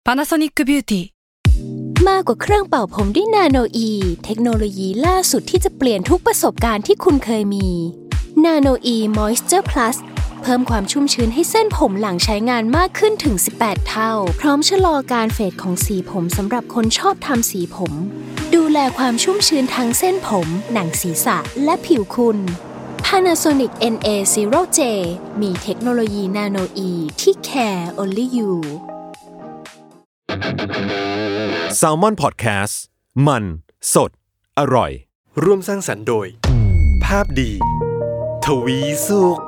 Panasonic Beauty มากกว่าเครื่องเป่าผมด้วยนาโนอีเทคโนโลยีล่าสุดที่จะเปลี่ยนทุกประสบการณ์ที่คุณเคยมีนาโนอีมอยส์เจอร์พลัสเพิ่มความชุ่มชื้นให้เส้นผมหลังใช้งานมากขึ้นถึง18เท่าพร้อมชะลอการเฟดของสีผมสำหรับคนชอบทำสีผมดูแลความชุ่มชื้นทั้งเส้นผมหนังศีรษะและผิวคุณ Panasonic NA0J มีเทคโนโลยีนาโนอีที่ care only you Salmon Podcast มันสดอร่อยร่วมสร้างสรรค์โดยภาพดีทวีสุข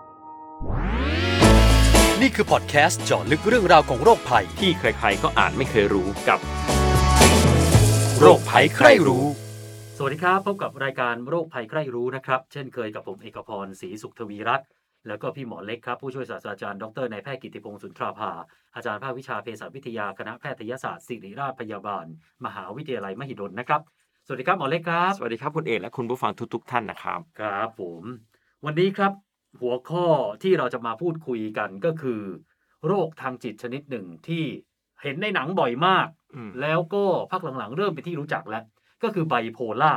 นี่คือพอดแคสต์เจาะลึกเรื่องราวของโรคภัยที่ใครๆก็อาจไม่เคยรู้กับโรคภัยใครรู้สวัสดีครับพบกับรายการโรคภัยใครรู้นะครับเช่นเคยกับผมเอกพรศรีสุขทวีรัตน์แล้วก็พี่หมอเล็กครับผู้ช่วยศาสตราจารย์ดรนายแพทย์กิติพงศ์สุนทราภาอาจารย์ภาควิชาเภสัชวิทยาคณะแพทยศาสตร์ศิริราชพยาบาลมหาวิทยาลัยมหิดลนะครับสวัสดีครับหมอเล็กครับสวัสดีครับคุณเอกและคุณผู้ฟังทุกท่านนะครับครับผมวันนี้ครับหัวข้อที่เราจะมาพูดคุยกันก็คือโรคทางจิตชนิดหนึ่งที่เห็นในหนังบ่อยมากแล้วก็พักหลังๆเริ่มเป็นที่รู้จักแล้วก็คือไบโพล่า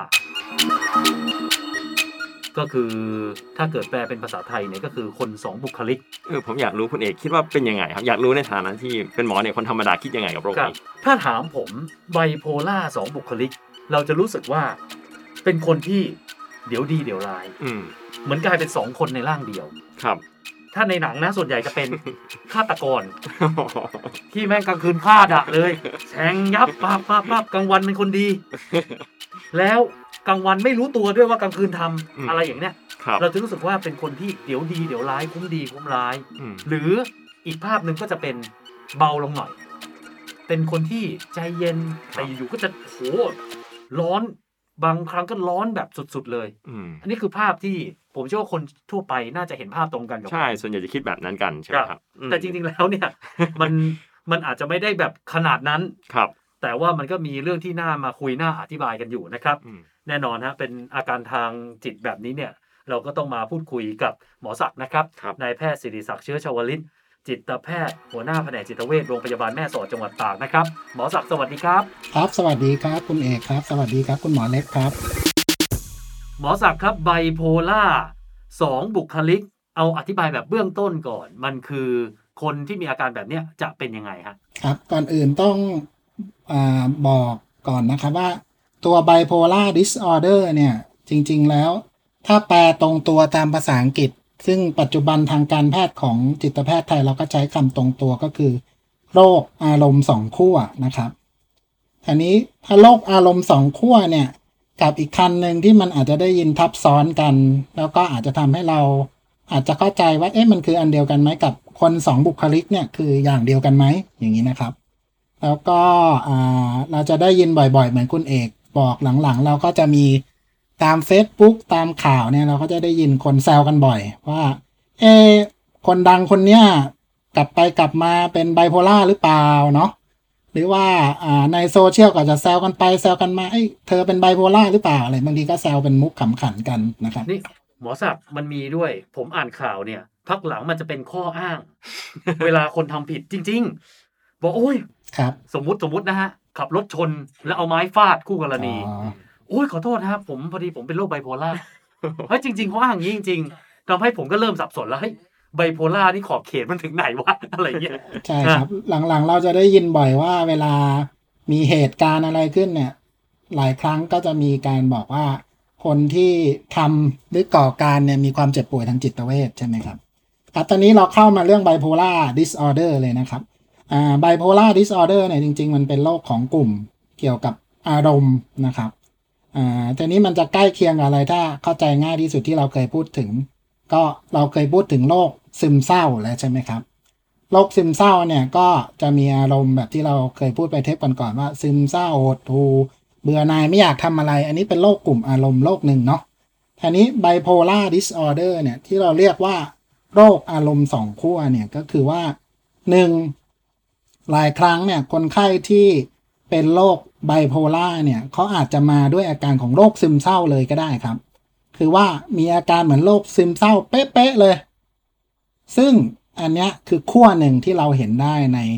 ก็คือถ้าเกิดแปลเป็นภาษาไทยเนี่ยก็คือคนสองบุคลิกผมอยากรู้คุณเอกคิดว่าเป็นยังไงครับอยากรู้ในฐานะที่เป็นหมอเนี่ยคนธรรมดาคิดยังไงกับโรคนี้ถ้าถามผมไบโพล่าสองบุคลิกเราจะรู้สึกว่าเป็นคนที่เดี๋ยวดีเดี๋ยวร้ายเหมือนกลายเป็น2คนในร่างเดียวครับถ้าในหนังนะส่วนใหญ่จะเป็นฆาตกรที่แม่งกลางคืนฆ่าดะเลยแทงยับปั๊บกลางวันเป็นคนดีแล้วกลางวันไม่รู้ตัวด้วยว่ากลางคืนทำอะไรอย่างเนี้ยเราจะรู้สึกว่าเป็นคนที่เดี๋ยวดีเดี๋ยวร้ายคุ้มดีคุ้มร้ายหรืออีกภาพหนึ่งก็จะเป็นเบาลงหน่อยเป็นคนที่ใจเย็นแต่อยู่ก็จะโหร้อนบางครั้งก็ร้อนแบบสุดๆเลยอันนี้คือภาพที่ผมเชื่อว่าคนทั่วไปน่าจะเห็นภาพตรงกันใช่ส่วนใหญ่จะคิดแบบนั้นกันใช่ไหมครับแต่จริงๆแล้วเนี่ยมันอาจจะไม่ได้แบบขนาดนั้นครับแต่ว่ามันก็มีเรื่องที่น่ามาคุยน่าอธิบายกันอยู่นะครับแน่นอนฮะเป็นอาการทางจิตแบบนี้เนี่ยเราก็ต้องมาพูดคุยกับหมอศักดิ์นะครับนายแพทย์ศิริศักดิ์เชื้อชวลิตจิตแพทย์หัวหน้าแผนกจิตเวชโรงพยาบาลแม่สอดจังหวัดตากนะครับหมอศักดิ์สวัสดีครับครับสวัสดีครับคุณเอกครับสวัสดีครับคุณหมอเล็กครับหมอศักดิ์ครับไบโพล่า2บุคลิกเอาอธิบายแบบเบื้องต้นก่อนมันคือคนที่มีอาการแบบนี้จะเป็นยังไงฮะครับก่อนอื่นต้องบอกก่อนนะครับว่าตัว bipolar disorder เนี่ยจริงๆแล้วถ้าแปลตรงตัวตามภาษาอังกฤษซึ่งปัจจุบันทางการแพทย์ของจิตแพทย์ไทยเราก็ใช้คำตรงตัวก็คือโรคอารมณ์2ขั้วนะครับทีนี้ถ้าโรคอารมณ์2ขั้วเนี่ยกับอีกคันหนึ่งที่มันอาจจะได้ยินทับซ้อนกันแล้วก็อาจจะทำให้เราอาจจะเข้าใจว่ามันคืออันเดียวกันไหมกับคน2บุคลิกเนี่ยคืออย่างเดียวกันไหมอย่างนี้นะครับแล้วก็เราจะได้ยินบ่อยๆเหมือนคุณเอกบอกหลังๆเราก็จะมีตาม Facebook ตามข่าวเนี่ยเราก็จะได้ยินคนแซวกันบ่อยว่าคนดังคนเนี้ยกลับไปกลับมาเป็นไบโพล่าหรือเปล่าเนาะหรือว่าในโซเชียลก็จะแซวกันไปแซวกันมาเธอเป็นไบโพล่าหรือเปล่าอะไรบางทีก็แซวเป็นมุกขำขันกันนะครับนี่หมอศักดิ์มันมีด้วยผมอ่านข่าวเนี่ยพักหลังมันจะเป็นข้ออ้าง เวลาคนทำผิดจริงๆบอกโอ้ยครับสมมุตินะฮะขับรถชนแล้วเอาไม้ฟาดคู่กรณีโอ้ยขอโทษนะครับผมพอดีผมเป็นโรคไบโพล่าเฮ้ยจริงๆเขาอ้างอย่างนี้จริงๆทำให้ผมก็เริ่มสับสนแล้วเฮ้ยไบโพล่านี่ขอบเขตมันถึงไหนวะอะไรเงี้ยใช่ครับหลังๆเราจะได้ยินบ่อยว่าเวลามีเหตุการณ์อะไรขึ้นเนี่ยหลายครั้งก็จะมีการบอกว่าคนที่ทำหรือก่อการเนี่ยมีความเจ็บป่วยทางจิตเวชใช่ไหมครับตอนนี้เราเข้ามาเรื่อง bipolar disorder เลยนะครับbipolar disorder เนี่ยจริงๆมันเป็นโรคของกลุ่มเกี่ยวกับอารมณ์นะครับทีนี้มันจะใกล้เคียงกับอะไรถ้าเข้าใจง่ายที่สุดที่เราเคยพูดถึงก็เราเคยพูดถึงโรคซึมเศร้าแล้วใช่ไหมครับโรคซึมเศร้าเนี่ยก็จะมีอารมณ์แบบที่เราเคยพูดไปเทปก่อนๆว่าซึมเศร้าหดหู่เบื่อหน่ายไม่อยากทำอะไรอันนี้เป็นโรคกลุ่มอารมณ์โรคหนึ่งเนาะทีนี้ bipolar disorder เนี่ยที่เราเรียกว่าโรคอารมณ์2ขั้วเนี่ยก็คือว่า1หลายครั้งเนี่ยคนไข้ที่เป็นโรคไบโพล่าเนี่ยเขาอาจจะมาด้วยอาการของโรคซึมเศร้าเลยก็ได้ครับคือว่ามีอาการเหมือนโรคซึมเศร้าเป๊ะๆเลยซึ่งอันเนี้ยคือขั้วหนึ่งที่เราเห็นได้ใน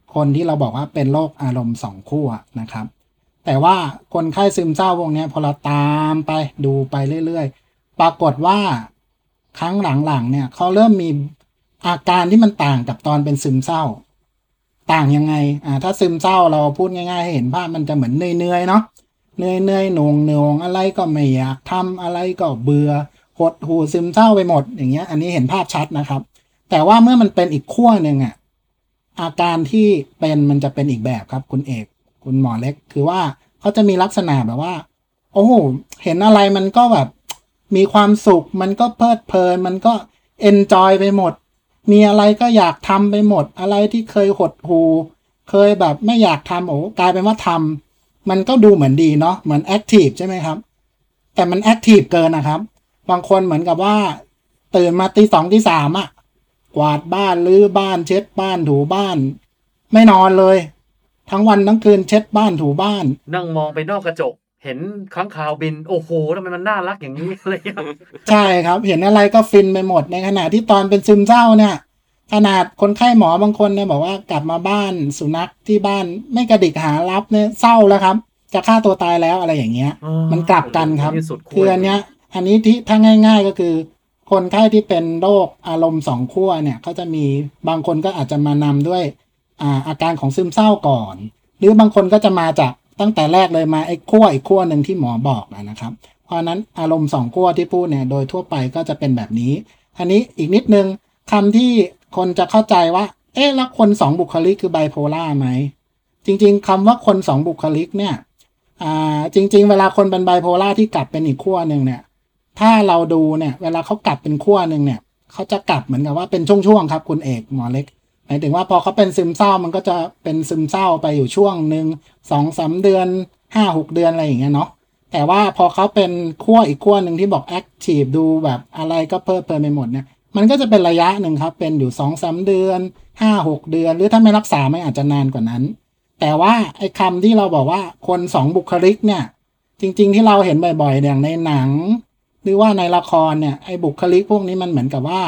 คนที่เราบอกว่าเป็นโรคอารมณ์2ขั้วนะครับแต่ว่าคนไข้ซึมเศร้าพวกนี้พอเราตามไปดูไปเรื่อยๆปรากฏว่าครั้งหลังๆเนี่ยเขาเริ่มมีอาการที่มันต่างกับตอนเป็นซึมเศร้าต่างยังไงถ้าซึมเศร้าเราพูดง่ายๆให้เห็นภาพมันจะเหมือนเหนื่อยๆเนาะเหนื่อยหน่วงอะไรก็ไม่อยากทำอะไรก็เบื่อหดหู่ซึมเศร้าไปหมดอย่างเงี้ยอันนี้เห็นภาพชัดนะครับแต่ว่าเมื่อมันเป็นอีกขั้วหนึ่งอาการที่เป็นมันจะเป็นอีกแบบครับคุณเอกคุณหมอเล็กคือว่าเขาจะมีลักษณะแบบว่าโอ้โหเห็นอะไรมันก็แบบมีความสุขมันก็เพลิดเพลินมันก็เอนจอยไปหมดมีอะไรก็อยากทำไปหมดอะไรที่เคยหดหู่เคยแบบไม่อยากทำกลายเป็นว่าทำมันก็ดูเหมือนดีเนาะเหมือนแอคทีฟใช่ไหมครับแต่มันแอคทีฟเกินนะครับบางคนเหมือนกับว่าตื่นมาตี 2 ตี 3กวาดบ้านรื้อบ้านเช็ดบ้านถูบ้านไม่นอนเลยทั้งวันทั้งคืนเช็ดบ้านถูบ้านนั่งมองไปนอกกระจกเห็นค้างคาวบินโอ้โหทำไมมันน่ารักอย่างนี้อะไรใช่ครับเห็นอะไรก็ฟินไปหมดในขณะที่ตอนเป็นซึมเศร้าเนี่ยขนาดคนไข้หมอบางคนเนี่ยบอกว่ากลับมาบ้านสุนัขที่บ้านไม่กระดิกหารับเนี่ยเศร้าแล้วครับจะฆ่าตัวตายแล้วอะไรอย่างเงี้ยมันกลับกันครับคืออันนี้ที่ถ้าง่ายๆก็คือคนไข้ที่เป็นโรคอารมณ์2ขั้วเนี่ยเขาจะมีบางคนก็อาจจะมานำด้วยอาการของซึมเศร้าก่อนหรือบางคนก็จะมาจากตั้งแต่แรกเลยมาไอ้ขั้วอีกขั้วหนึ่งที่หมอบอกนะครับเพราะนั้นอารมณ์2ขั้วที่พูดเนี่ยโดยทั่วไปก็จะเป็นแบบนี้อันนี้อีกนิดนึงคำที่คนจะเข้าใจว่าแล้วคน2บุคลิกคือไบโพล่าไหมจริงๆคำว่าคน2บุคลิกเนี่ยจริงๆเวลาคนเป็นไบโพล่าที่กลับเป็นอีกขั้วหนึ่งเนี่ยถ้าเราดูเนี่ยเวลาเขากลับเป็นขั้วหนึ่งเนี่ยเขาจะกลับเหมือนกับว่าเป็นช่วงๆครับคุณเอกหมอเล็กหมายถึงว่าพอเขาเป็นซึมเศร้ามันก็จะเป็นซึมเศร้าไปอยู่ช่วงหนึ่ง 2-3 เดือน 5-6 เดือนอะไรอย่างเงี้ยเนาะแต่ว่าพอเขาเป็นขั้วอีกขั้วหนึ่งที่บอกแอคทีฟดูแบบอะไรก็เพลิดเพลินไปหมดเนี่ยมันก็จะเป็นระยะหนึ่งครับเป็นอยู่ 2-3 เดือน 5-6 เดือนหรือถ้าไม่รักษาไม่อาจจะนานกว่านั้นแต่ว่าไอ้คำที่เราบอกว่าคน2บุคลิกเนี่ยจริงๆที่เราเห็นบ่อยๆอย่างในหนังหรือว่าในละครเนี่ยไอ้บุคลิกพวกนี้มันเหมือนกับว่า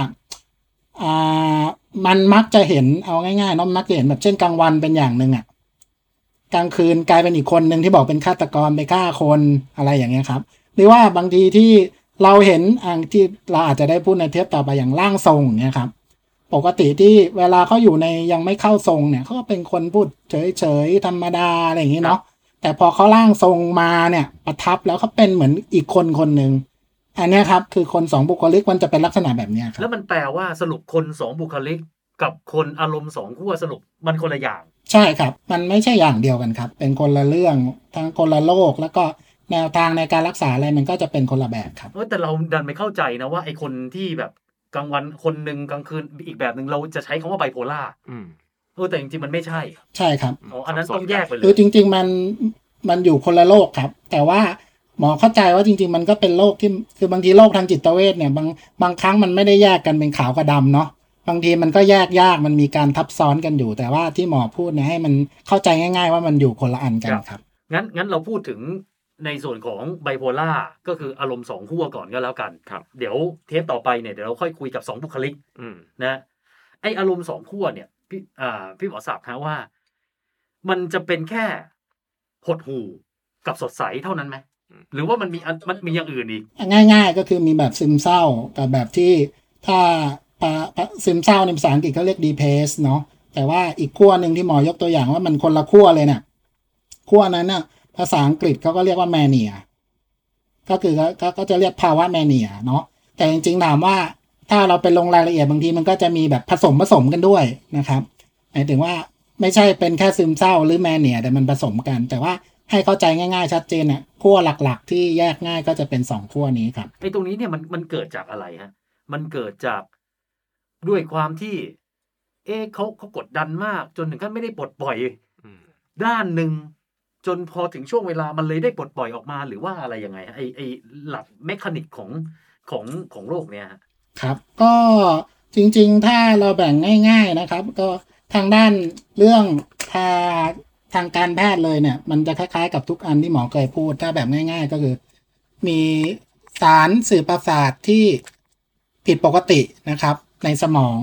มันมักจะเห็นเอาง่ายๆเนาะมักจะเห็นแบบเช่นกลางวันเป็นอย่างหนึ่งกลางคืนกลายเป็นอีกคนหนึ่งที่บอกเป็นฆาตกรไปฆ่าคนอะไรอย่างเงี้ยครับหรือว่าบางทีที่เราเห็นที่เราอาจจะได้พูดในเทปต่อไปอย่างร่างทรงเนี่ยครับปกติที่เวลาเขาอยู่ในยังไม่เข้าทรงเนี่ยเขาก็เป็นคนพูดเฉยๆธรรมดาอะไรอย่างงี้เนาะแต่พอเขาร่างทรงมาเนี่ยประทับแล้วเขาเป็นเหมือนอีกคนหนึ่งอันนี้ครับคือคน2บุคลิกมันจะเป็นลักษณะแบบนี้ครับแล้วมันแปลว่าสรุปคน2บุคลิกกับคนอารมณ์2ขั้วสรุปมันคนละอย่างใช่ครับมันไม่ใช่อย่างเดียวกันครับเป็นคนละเรื่องทั้งคนละโรคแล้วก็แนวทางในการรักษาอะไรมันก็จะเป็นคนละแบบครับแต่เราดันไม่เข้าใจนะว่าไอ้คนที่แบบกลางวันคนนึงกลางคืนอีกแบบนึงเราจะใช้คำว่าไบโพล่าแต่จริงๆมันไม่ใช่ใช่ครับอันนั้นต้องแยกไปเลยคือจริงๆมันอยู่คนละโรคครับแต่ว่าหมอเข้าใจว่าจริงๆมันก็เป็นโรคที่คือบางทีโรคทางจิตเวชเนี่ยบางครั้งมันไม่ได้แยกกันเป็นขาวกับดำเนาะบางทีมันก็แยกยากมันมีการทับซ้อนกันอยู่แต่ว่าที่หมอพูดเนี่ยให้มันเข้าใจง่ายๆว่ามันอยู่คนละอันกันครับงั้นเราพูดถึงในส่วนของไบโพล่าก็คืออารมณ์2ขั้วก่อนก็แล้วกันเดี๋ยวเทปต่อไปเนี่ยเดี๋ยวเราค่อยคุยกับ2บุคลิกนะไออารมณ์2ขั้วเนี่ยพี่หมอศักดิ์ฮะว่ามันจะเป็นแค่หดหู่กับสดใสเท่านั้นไหมหรือว่ามันมีอย่างอื่นอีกง่ายๆก็คือมีแบบซึมเศร้ากับแบบที่ถ้าซึมเศร้าในภาษาอังกฤษเขาเรียก depressed เนาะแต่ว่าอีกขั้วหนึ่งที่หมอยกตัวอย่างว่ามันคนละขั้วเลยเนี่ยขั้วนั้นน่ะภาษาอังกฤษเขาก็เรียกว่า mania ก็คือก็จะเรียกภาวะ mania เนาะแต่จริงๆถามว่าถ้าเราไปลงรายละเอียดบางทีมันก็จะมีแบบผสมกันด้วยนะครับหมายถึงว่าไม่ใช่เป็นแค่ซึมเศร้าหรือ mania แต่มันผสมกันแต่ว่าให้เข้าใจง่ายๆชัดเจนเนี่ยขั้วหลักๆที่แยกง่ายก็จะเป็น2ขั้วนี้ครับไอ้ตรงนี้เนี่ยมันเกิดจากอะไรฮะมันเกิดจากด้วยความที่เขากดดันมากจนถึงขั้นไม่ได้ปลดปล่อยด้านหนึ่งจนพอถึงช่วงเวลามันเลยได้ปลดปล่อยออกมาหรือว่าอะไรยังไงไอ้หลักเมคานิกของโรคเนี่ยครับก็จริงๆถ้าเราแบ่งง่ายๆนะครับก็ทางด้านเรื่องทางการแพทย์เลยเนี่ยมันจะคล้ายๆกับทุกอันที่หมอเคยพูดถ้าแบบง่ายๆก็คือมีสารสื่อประสาทที่ผิดปกตินะครับในสมอง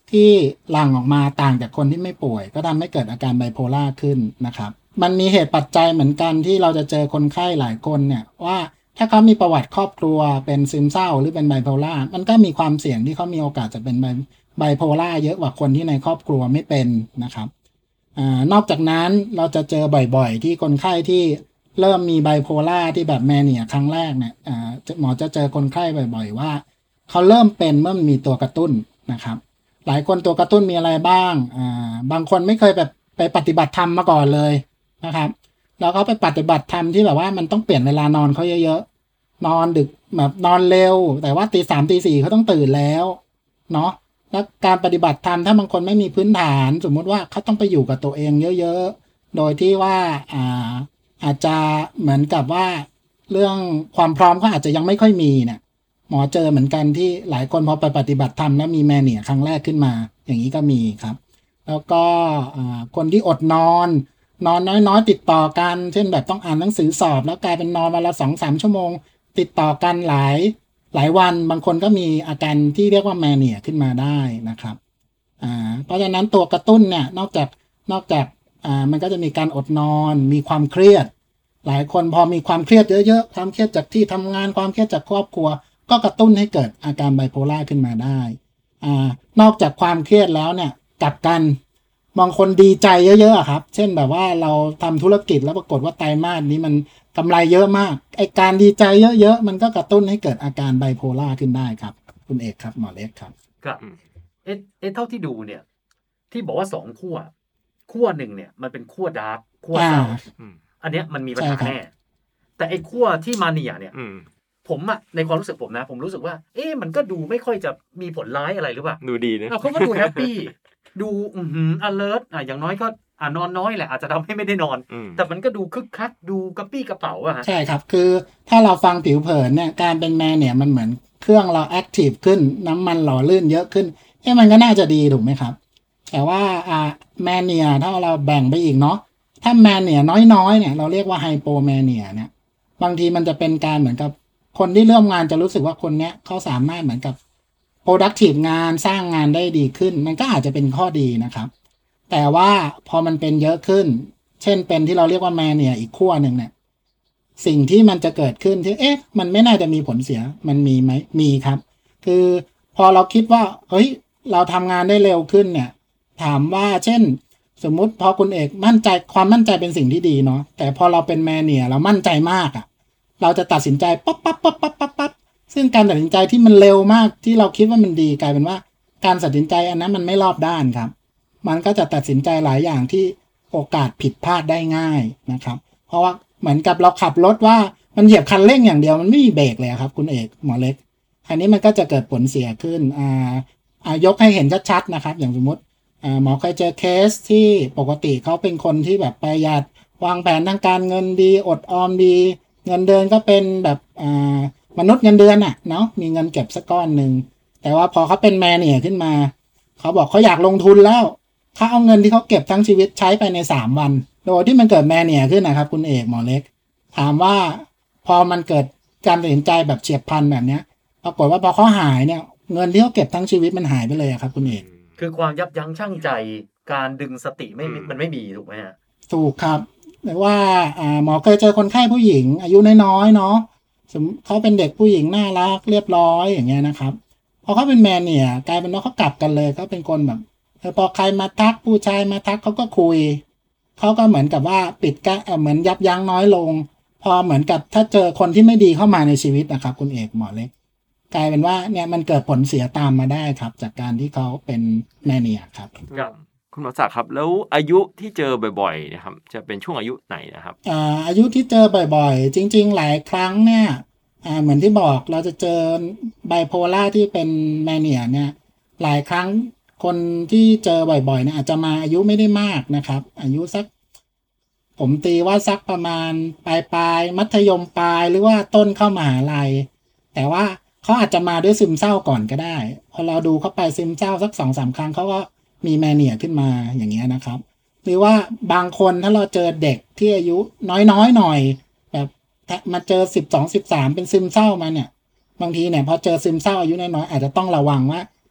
ที่หลั่งออกมาต่างจากคนที่ไม่ป่วยก็ทำให้เกิดอาการไบโพล่าขึ้นนะครับมันมีเหตุปัจจัยเหมือนกันที่เราจะเจอคนไข้หลายคนเนี่ยว่าถ้าเขามีประวัติครอบครัวเป็นซึมเศร้าหรือเป็นไบโพล่ามันก็มีความเสี่ยงที่เขามีโอกาสจะเป็นไบโพล่าเยอะกว่าคนที่ในครอบครัวไม่เป็นนะครับนอกจากนั้นเราจะเจอบ่อยๆที่คนไข้ที่เริ่มมีไบโพล่าที่แบบแมเนียครั้งแรกเนี่ยหมอจะเจอคนไข้บ่อยๆว่าเขาเริ่มเป็นเมื่อมีตัวกระตุ้นนะครับหลายคนตัวกระตุ้นมีอะไรบ้างบางคนไม่เคยแบบไปปฏิบัติธรรมมาก่อนเลยนะครับแล้วเขาไปปฏิบัติธรรมที่แบบว่ามันต้องเปลี่ยนเวลานอนเขาเยอะๆนอนดึกแบบนอนเร็วแต่ว่าตี 3 ตี 4เขาต้องตื่นแล้วเนาะแล้วการปฏิบัติธรรมถ้าบางคนไม่มีพื้นฐานสมมุติว่าเขาต้องไปอยู่กับตัวเองเยอะๆโดยที่ว่าอาจจะเหมือนกับว่าเรื่องความพร้อมเขาอาจจะยังไม่ค่อยมีเนี่ยหมอเจอเหมือนกันที่หลายคนพอไปปฏิบัติธรรมแล้วมีแมเนียครั้งแรกขึ้นมาอย่างนี้ก็มีครับแล้วก็คนที่อดนอนน้อยๆติดต่อกันเช่นแบบต้องอ่านหนังสือสอบแล้วกลายเป็นนอนวันละ 2-3 ชั่วโมงติดต่อกันหลายวันบางคนก็มีอาการที่เรียกว่าแมเนียขึ้นมาได้นะครับเพราะฉะนั้นตัวกระตุ้นเนี่ยนอกจากมันก็จะมีการอดนอนมีความเครียดหลายคนพอมีความเครียดเยอะๆความเครียดจากที่ทำงานความเครียดจากครอบครัวก็กระตุ้นให้เกิดอาการไบโพล่าขึ้นมาได้นอกจากความเครียดแล้วเนี่ยกลับกันบางคนดีใจเยอะๆครับเช่นแบบว่าเราทำธุรกิจแล้วปรากฏว่าไตรมาสนี้มันกำไรเยอะมากไอการดีใจเยอะๆมันก็กระตุ้นให้เกิดอาการไบโพล่าขึ้นได้ครับคุณเอกครับหมอเล็กครับครับเท่าที่ดูเนี่ยที่บอกว่า2ขั้วหนึ่งเนี่ยมันเป็นขั้วดาร์กขั้วเศร้าอันเนี้ยมันมีปัญหาแน่แต่ไอ้ขั้วที่มาเนียเนี่ยผมอะในความรู้สึกผมนะผมรู้สึกว่ามันก็ดูไม่ค่อยจะมีผลร้ายอะไรหรือเปล่าดูดีนะเขาก็ดูแฮปปี้ดูalert อย่างน้อยก็นอนน้อยแหละอาจจะทำให้ไม่ได้นอนแต่มันก็ดูคึกคักดูกระปี้กระเป๋าอะใช่ครับคือถ้าเราฟังผิวเผินเนี่ยการเป็นแมเนี่ยมันเหมือนเครื่องเราแอคทีฟขึ้นน้ำมันหล่อลื่นเยอะขึ้นมันก็น่าจะดีถูกไหมครับแต่ว่าแมเนียถ้าเราแบ่งไปอีกเนาะถ้าแมเนียน้อยเนี่ยเราเรียกว่าไฮโปแมเนียเนี่ยบางทีมันจะเป็นการเหมือนกับคนที่เริ่มงานจะรู้สึกว่าคนเนี้ยเขาสามารถเหมือนกับ productive งานสร้างงานได้ดีขึ้นมันก็อาจจะเป็นข้อดีนะครับแต่ว่าพอมันเป็นเยอะขึ้นเช่นเป็นที่เราเรียกว่าแมเนียอีกขั้วหนึ่งเนี่ยสิ่งที่มันจะเกิดขึ้นที่มันไม่น่าจะมีผลเสียมันมีไหมมีครับคือพอเราคิดว่าเฮ้ยเราทำงานได้เร็วขึ้นเนี่ยถามว่าเช่นสมมุติพอคุณเอกมั่นใจความมั่นใจเป็นสิ่งที่ดีเนาะแต่พอเราเป็นแมเนียเรามั่นใจมากเราจะตัดสินใจปั๊บซึ่งการตัดสินใจที่มันเร็วมากที่เราคิดว่ามันดีกลายเป็นว่าการตัดสินใจอันนั้นมันไม่รอบด้านครับมันก็จะตัดสินใจหลายอย่างที่โอกาสผิดพลาดได้ง่ายนะครับเพราะว่าเหมือนกับเราขับรถว่ามันเหยียบคันเร่งอย่างเดียวมันไม่มีเบรกเลยครับคุณเอกหมอเล็กอันนี้มันก็จะเกิดผลเสียขึ้นยกให้เห็นชัดๆนะครับอย่างสมมติหมอเคยเจอเคสที่ปกติเขาเป็นคนที่แบบประหยัดวางแผนทางการเงินดีอดออมดีเงินเดือนก็เป็นแบบมนุษย์เงินเดือนเนาะมีเงินเก็บสักก้อนหนึ่งแต่ว่าพอเขาเป็นแมเนียขึ้นมาเขาบอกเขาอยากลงทุนแล้วเขาเอาเงินที่เขาเก็บทั้งชีวิตใช้ไปใน3วันโดยที่มันเกิดแมเนียขึ้นนะครับคุณเอกหมอเล็กถามว่าพอมันเกิดการตัดสินใจแบบเฉียบพลันแบบเนี้ยปรากฏว่าพอเขาหายเนี่ยเงินที่เขาเก็บทั้งชีวิตมันหายไปเลยครับคุณเอกคือความยับยั้งชั่งใจการดึงสติมันไม่มีถูกไหมฮะถูกครับแต่ว่าหมอเคยเจอคนไข้ผู้หญิงอายุน้อยๆเนาะเขาเป็นเด็กผู้หญิงน่ารักเรียบร้อยอย่างเงี้ยนะครับพอเขาเป็นแมเนียกลายเป็นว่าเขากลับกันเลยเขาเป็นคนแบบพอใครมาทักผู้ชายมาทักเขาก็คุยเขาก็เหมือนกับว่าปิดกั้นเหมือนยับยั้งน้อยลงพอเหมือนกับถ้าเจอคนที่ไม่ดีเข้ามาในชีวิตนะครับคุณเอกหมอเล็กกลายเป็นว่าเนี่ยมันเกิดผลเสียตามมาได้ครับจากการที่เขาเป็นแมเนียครับคุณหมอศักดิ์ครับแล้วอายุที่เจอบ่อยๆนะครับจะเป็นช่วงอายุไหนนะครับอายุที่เจอบ่อยๆจริงๆหลายครั้งเนี่ยเหมือนที่บอกเราจะเจอไบโพล่าที่เป็นแมเนียเนี่ยหลายครั้งคนที่เจอบ่อยๆเนี่ยอาจจะมาอายุไม่ได้มากนะครับอายุสักผมตีว่าสักประมาณปลายมัธยมปลายหรือว่าต้นเข้ามหาลัยแต่ว่าเขาอาจจะมาด้วยซึมเศร้าก่อนก็ได้พอเราดูเข้าไปซึมเศร้าสัก 2-3 ครั้งเขาก็มีแมเนียขึ้นมาอย่างเงี้ยนะครับหรือว่าบางคนถ้าเราเจอเด็กที่อายุน้อยหน่อยแบบมาเจอ12-13เป็นซึมเศร้ามาเนี่ยบางทีเนี่ยพอเจอซึมเศร้าอายุน้อยๆอาจจะต้องระวังว่า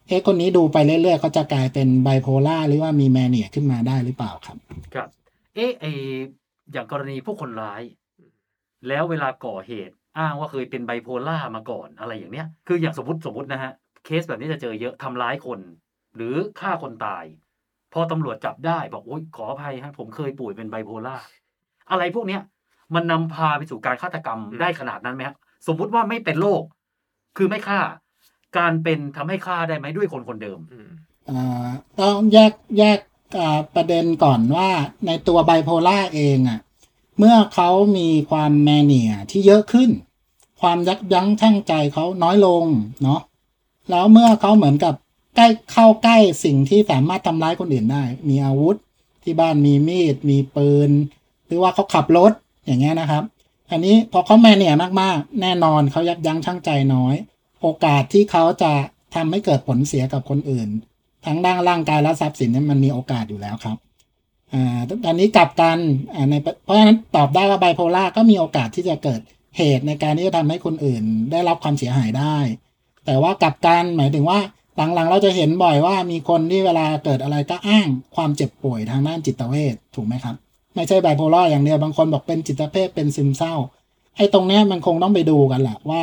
คนนี้ดูไปเรื่อยๆเขาจะกลายเป็นไบโพล่าหรือว่ามีแมเนียขึ้นมาได้หรือเปล่าครับครับอย่างกรณีพวกคนร้ายแล้วเวลาก่อเหตุอ้างว่าเคยเป็นไบโพล่ามาก่อนอะไรอย่างเนี้ยคืออย่างสมมตินะฮะเคสแบบนี้จะเจอเยอะทำร้ายคนหรือฆ่าคนตายพอตำรวจจับได้บอกโอ๊ยขออภัยฮะผมเคยป่วยเป็นไบโพล่าอะไรพวกเนี้ยมันนำพาไปสู่การฆาตกรรมได้ขนาดนั้นไหมครับสมมุติว่าไม่เป็นโรคคือไม่ฆ่าการเป็นทำให้ฆ่าได้ไหมด้วยคนคนเดิมต้องแยกประเด็นก่อนว่าในตัวไบโพล่าเองอ่ะเมื่อเขามีความแมเนียที่เยอะขึ้นความยับยั้งชั่งใจเขาน้อยลงเนาะแล้วเมื่อเขาเหมือนกับเข้าใกล้สิ่งที่สามารถทำร้ายคนอื่นได้มีอาวุธที่บ้านมีมีดมีปืนหรือว่าเขาขับรถอย่างเงี้ยนะครับอันนี้พอเขาแมเนียมากๆแน่นอนเขายับยั้งชั่งใจน้อยโอกาสที่เขาจะทำให้เกิดผลเสียกับคนอื่นทั้งด้านร่างกายและทรัพย์สินเนี่ยมันมีโอกาสอยู่แล้วครับอันนี้กลับกันเพราะฉะนั้นตอบได้ว่าไบโพล่าก็มีโอกาสที่จะเกิดเหตุในการที่จะทำให้คนอื่นได้รับความเสียหายได้แต่ว่ากลับกันหมายถึงว่าหลังๆเราจะเห็นบ่อยว่ามีคนที่เวลาเกิดอะไรก็อ้างความเจ็บป่วยทางด้านจิตเวชถูกไหมครับไม่ใช่ไบโพล่าอย่างเดียวบางคนบอกเป็นจิตเภทเป็นซึมเศร้าไอ้ตรงเนี้ยมันคงต้องไปดูกันแหละว่า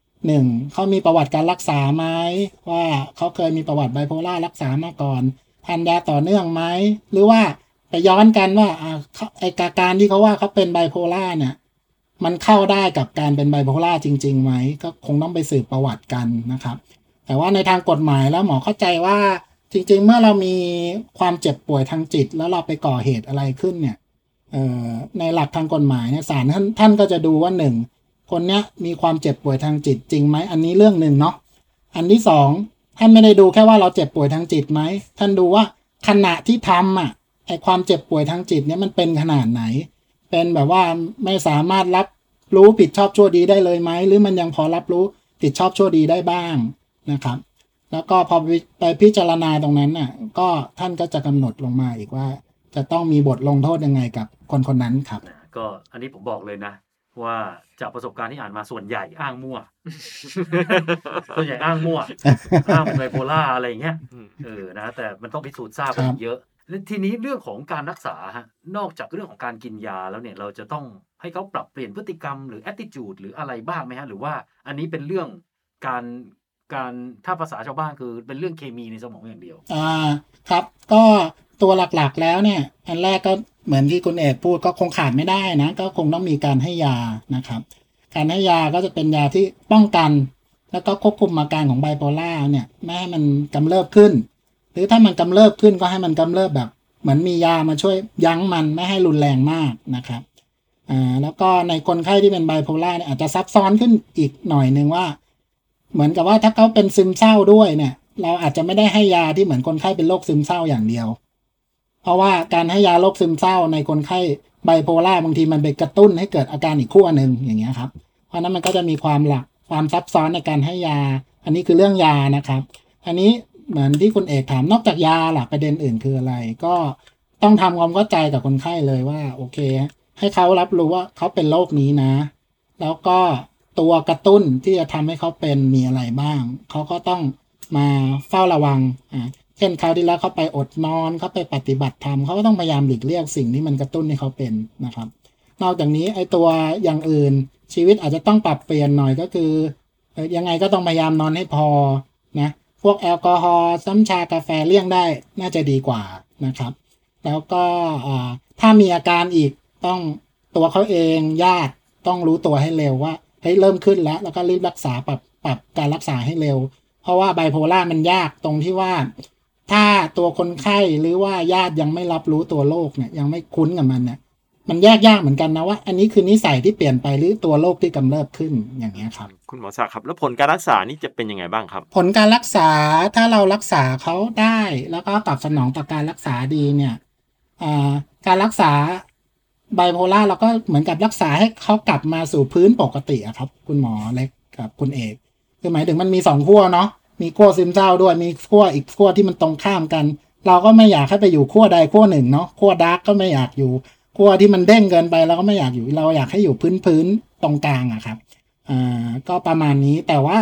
1เขามีประวัติการรักษาไหมว่าเขาเคยมีประวัติไบโพล่ารักษามาก่อนทานยาต่อเนื่องไหมหรือว่าไปย้อนกันว่าไอ้การที่เขาว่าเขาเป็นไบโพล่าเนี่ยมันเข้าได้กับการเป็นไบโพล่าจริงๆไหมก็คงต้องไปสืบประวัติกันนะครับแต่ว่าในทางกฎหมายแล้วหมอเข้าใจว่าจริงๆเมื่อเรามีความเจ็บป่วยทางจิตแล้วเราไปก่อเหตุอะไรขึ้นเนี่ยในหลักทางกฎหมายเนี่ยศาลท่านก็จะดูว่า1คนเนี้ยมีความเจ็บป่วยทางจิตจริงไหมอันนี้เรื่องหนึ่งเนาะอันที่2ท่านไม่ได้ดูแค่ว่าเราเจ็บป่วยทางจิตไหมท่านดูว่าขณะที่ทำไอ้ความเจ็บป่วยทางจิตเนี่ยมันเป็นขนาดไหนเป็นแบบว่าไม่สามารถรับรู้ผิดชอบชั่วดีได้เลยไหมหรือมันยังพอรับรู้ผิดชอบชั่วดีได้บ้างนะครับแล้วก็พอไปพิจารณาตรงนั้นน่ะก็ท่านก็จะกำหนดลงมาอีกว่าจะต้องมีบทลงโทษยังไงกับคนนั้นครับก็อันนี้ผมบอกเลยนะว่าจากประสบการณ์ที่อ่านมาส่วนใหญ่อ้างมั่ว ส่วนใหญ่อ้างมั่ว อ้างเป็นไบโพล่าอะไรอย่างเงี้ยนะแต่มันต้องพิสูจน์ทราบกันเยอะและทีนี้เรื่องของการรักษาฮะนอกจากเรื่องของการกินยาแล้วเนี่ยเราจะต้องให้เขาปรับเปลี่ยนพฤติกรรมหรือ attitude หรืออะไรบ้างไหมฮะหรือว่าอันนี้เป็นเรื่องการถ้าภาษาชาวบ้านคือเป็นเรื่องเคมีในสมองอย่างเดียวครับก็ตัวหลักๆแล้วเนี่ยอันแรกก็เหมือนที่คุณเอกพูดก็คงขาดไม่ได้นะก็คงต้องมีการให้ยานะครับการให้ยาก็จะเป็นยาที่ป้องกันแล้วก็ควบคุมอาการของไบโพล่าเนี่ยไม่ให้มันกำเริบขึ้นหรือถ้ามันกำเริบขึ้นก็ให้มันกำเริบแบบเหมือนมียามาช่วยยั้งมันไม่ให้รุนแรงมากนะครับแล้วก็ในคนไข้ที่เป็นไบโพล่าเนี่ยอาจจะซับซ้อนขึ้นอีกหน่อยนึงว่าเหมือนกับว่าถ้าเขาเป็นซึมเศร้าด้วยเนี่ยเราอาจจะไม่ได้ให้ยาที่เหมือนคนไข้เป็นโรคซึมเศร้าอย่างเดียวเพราะว่าการให้ยาโรคซึมเศร้าในคนไข้ไบโพล่าบางทีมันไปกระตุ้นให้เกิดอาการอีกขั้วนึงอย่างเงี้ยครับเพราะนั้นมันก็จะมีความซับซ้อนในการให้ยาอันนี้คือเรื่องยานะครับอันนี้เหมือนที่คุณเอกถามนอกจากยาล่ะประเด็นอื่นคืออะไรก็ต้องทำความเข้าใจกับคนไข้เลยว่าโอเคให้เขารับรู้ว่าเขาเป็นโรคนี้นะแล้วก็ตัวกระตุ้นที่จะทำให้เขาเป็นมีอะไรบ้างเขาก็ต้องมาเฝ้าระวังเช่นคราวที่แล้วเขาไปอดนอนเขาไปปฏิบัติธรรมเขาก็ต้องพยายามหลีกเลี่ยงสิ่งที่มันกระตุ้นให้เขาเป็นนะครับนอกจากนี้ไอ้ตัวอย่างอื่นชีวิตอาจจะต้องปรับเปลี่ยนหน่อยก็คือยังไงก็ต้องพยายามนอนให้พอนะพวกแอลกอฮอล์ซ้ำชากาแฟเลี่ยงได้น่าจะดีกว่านะครับแล้วก็ถ้ามีอาการอีกต้องตัวเขาเองญาติต้องรู้ตัวให้เร็วว่าเฮ้ยเริ่มขึ้นแล้วก็รีบรักษาปรับการรักษาให้เร็วเพราะว่าไบโพล่ามันยากตรงที่ว่าถ้าตัวคนไข้หรือว่าญาติยังไม่รับรู้ตัวโรคเนี่ยยังไม่คุ้นกับมันเนี่ยมันแยกยากเหมือนกันนะว่าอันนี้คือนิสัยที่เปลี่ยนไปหรือตัวโรคที่กำเริบขึ้นอย่างเงี้ยครับคุณหมอศักดิ์ครับแล้วผลการรักษานี่จะเป็นยังไงบ้างครับผลการรักษาถ้าเรารักษาเขาได้แล้วก็ตอบสนองต่อการรักษาดีเนี่ยการรักษาไบโพล่าเราก็เหมือนกับรักษาให้เขากลับมาสู่พื้นปกติอะครับคุณหมอเล็กกับคุณเอกคือหมายถึงมันมี2ขั้วเนาะมีขั้วซึมเศร้าด้วยมีขั้วอีกขั้วที่มันตรงข้ามกันเราก็ไม่อยากให้ไปอยู่ขั้วใดขั้วหนึ่งเนาะขั้วดาร์กก็ไม่อยากอยู่ขั้วที่มันเด้งเกินไปเราก็ไม่อยากอยู่เราอยากให้อยู่พื้นตรงกลางอะครับก็ประมาณนี้แต่ว่า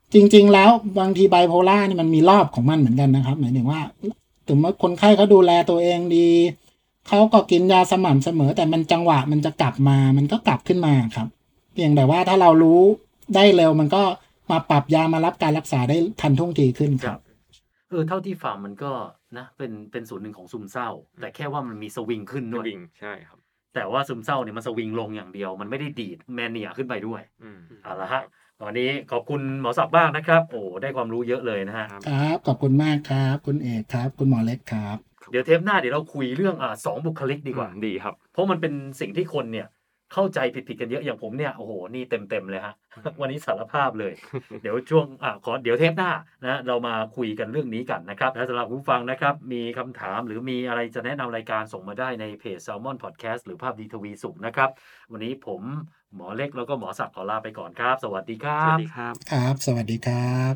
จริงๆแล้วบางทีไบโพล่านี่มันมีรอบของมันเหมือนกันนะครับหมายถึงว่าถึงว่าคนไข้เขาดูแลตัวเองดีเขาก็กินยาสม่ำเสมอแต่มันจังหวะมันจะกลับมามันก็กลับขึ้นมาครับเพียงแต่ว่าถ้าเรารู้ได้เร็วมันก็มาปรับยามารับการรักษาได้ทันท่วงทีขึ้นครับเท่าที่ฟังมันก็นะเป็นส่วนหนึ่งของซึมเศร้าแต่แค่ว่ามันมีสวิงขึ้นด้วยวิ่งใช่ครับแต่ว่าซึมเศร้าเนี่ยมันสวิงลงอย่างเดียวมันไม่ได้ดีดแมเนียขึ้นไปด้วยเอาละฮะวันนี้ขอบคุณหมอศักดิ์บ้างนะครับโอ้ได้ความรู้เยอะเลยนะฮะครับขอบคุณมากครับคุณเอกครับคุณหมอเล็กครับเดี๋ยวเทปหน้าเดี๋ยวเราคุยเรื่อง2 บุคลิกดีกว่าดีครับเพราะมันเป็นสิ่งที่คนเนี่ยเข้าใจผิดกันเยอะอย่างผมเนี่ยโอ้โหนี่เต็มเลยฮะ วันนี้สารภาพเลย เดี๋ยวช่วงเดี๋ยวเทปหน้านะเรามาคุยกันเรื่องนี้กันนะครับและสำหรับผู้ฟังนะครับมีคำถามหรือมีอะไรจะแนะนำรายการส่งมาได้ในเพจ Salmon Podcast หรือภาพดีทวีสุขนะครับวันนี้ผมหมอเล็กแล้วก็หมอศักดิ์ขอลาไปก่อนครับสวัสดีครับสวัสดีครับครับสวัสดีครับ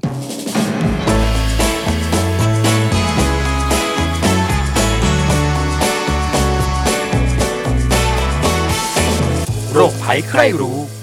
โรคภัยใครรู้